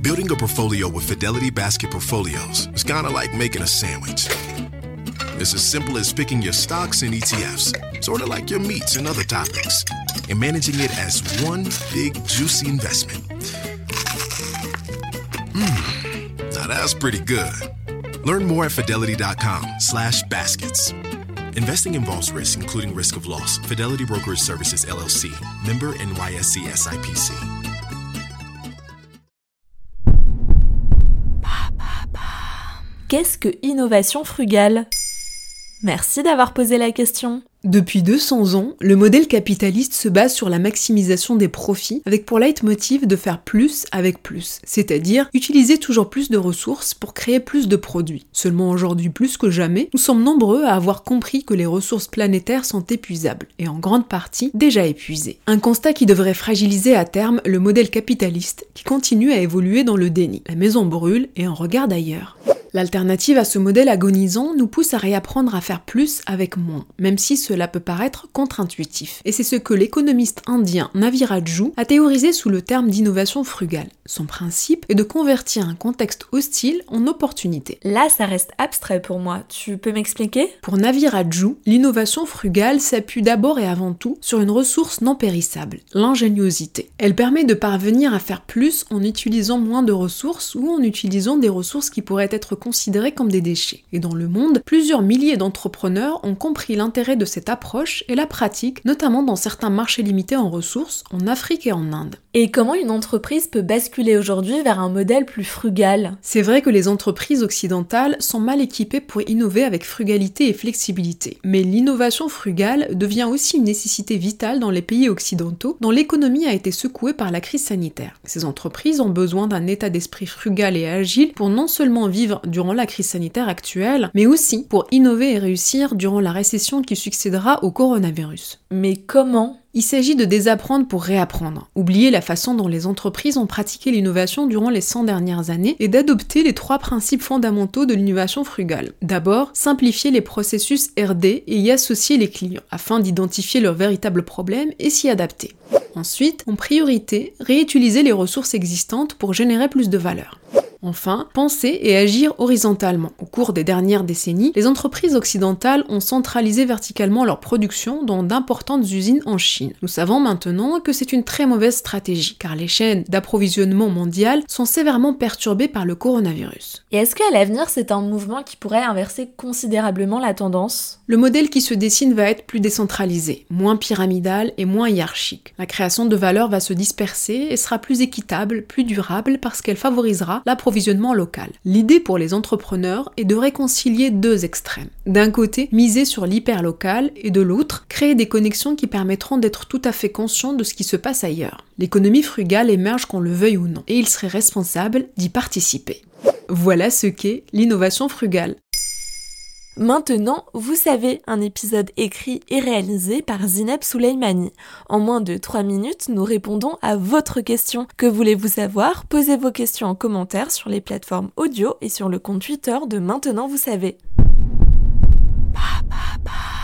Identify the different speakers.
Speaker 1: Building a portfolio with Fidelity Basket Portfolios is kind of like making a sandwich. It's as simple as picking your stocks and ETFs, sort of like your meats and other topics, and managing it as one big, juicy investment. Now that's pretty good. Learn more at fidelity.com/baskets. Investing involves risk, including risk of loss. Fidelity Brokerage Services, LLC. Member NYSE SIPC.
Speaker 2: Qu'est-ce que innovation frugale ? Merci d'avoir posé la question.
Speaker 3: Depuis 200 ans, le modèle capitaliste se base sur la maximisation des profits avec pour leitmotiv de faire plus avec plus, c'est-à-dire utiliser toujours plus de ressources pour créer plus de produits. Seulement aujourd'hui plus que jamais, nous sommes nombreux à avoir compris que les ressources planétaires sont épuisables, et en grande partie déjà épuisées. Un constat qui devrait fragiliser à terme le modèle capitaliste qui continue à évoluer dans le déni. La maison brûle et on regarde ailleurs. L'alternative à ce modèle agonisant nous pousse à réapprendre à faire plus avec moins, même si cela peut paraître contre-intuitif. Et c'est ce que l'économiste indien Naviraju a théorisé sous le terme d'innovation frugale. Son principe est de convertir un contexte hostile en opportunité.
Speaker 2: Là, ça reste abstrait pour moi. Tu peux m'expliquer ?
Speaker 3: Pour Naviraju, l'innovation frugale s'appuie d'abord et avant tout sur une ressource non périssable, l'ingéniosité. Elle permet de parvenir à faire plus en utilisant moins de ressources ou en utilisant des ressources qui pourraient être considérés comme des déchets. Et dans le monde, plusieurs milliers d'entrepreneurs ont compris l'intérêt de cette approche et la pratiquent, notamment dans certains marchés limités en ressources, en Afrique et en Inde.
Speaker 2: Et comment une entreprise peut basculer aujourd'hui vers un modèle plus frugal ?
Speaker 3: C'est vrai que les entreprises occidentales sont mal équipées pour innover avec frugalité et flexibilité. Mais l'innovation frugale devient aussi une nécessité vitale dans les pays occidentaux dont l'économie a été secouée par la crise sanitaire. Ces entreprises ont besoin d'un état d'esprit frugal et agile pour non seulement vivre durant la crise sanitaire actuelle, mais aussi pour innover et réussir durant la récession qui succédera au coronavirus.
Speaker 2: Mais comment ?
Speaker 3: Il s'agit de désapprendre pour réapprendre, oublier la façon dont les entreprises ont pratiqué l'innovation durant les 100 dernières années et d'adopter les 3 principes fondamentaux de l'innovation frugale. D'abord, simplifier les processus R&D et y associer les clients, afin d'identifier leurs véritables problèmes et s'y adapter. Ensuite, en priorité, réutiliser les ressources existantes pour générer plus de valeur. Enfin, penser et agir horizontalement. Au cours des dernières décennies, les entreprises occidentales ont centralisé verticalement leur production dans d'importantes usines en Chine. Nous savons maintenant que c'est une très mauvaise stratégie, car les chaînes d'approvisionnement mondiales sont sévèrement perturbées par le coronavirus.
Speaker 2: Et est-ce qu'à l'avenir, c'est un mouvement qui pourrait inverser considérablement la tendance ?
Speaker 3: Le modèle qui se dessine va être plus décentralisé, moins pyramidal et moins hiérarchique. La création de valeur va se disperser et sera plus équitable, plus durable, parce qu'elle favorisera l'approvisionnement local. L'idée pour les entrepreneurs est de réconcilier 2 extrêmes. D'un côté, miser sur l'hyperlocal et de l'autre, créer des connexions qui permettront d'être tout à fait conscients de ce qui se passe ailleurs. L'économie frugale émerge qu'on le veuille ou non, et il serait responsable d'y participer. Voilà ce qu'est l'innovation frugale.
Speaker 2: Maintenant, vous savez, un épisode écrit et réalisé par Zineb Souleimani. En moins de 3 minutes, nous répondons à votre question. Que voulez-vous savoir ? Posez vos questions en commentaire sur les plateformes audio et sur le compte Twitter de Maintenant Vous Savez.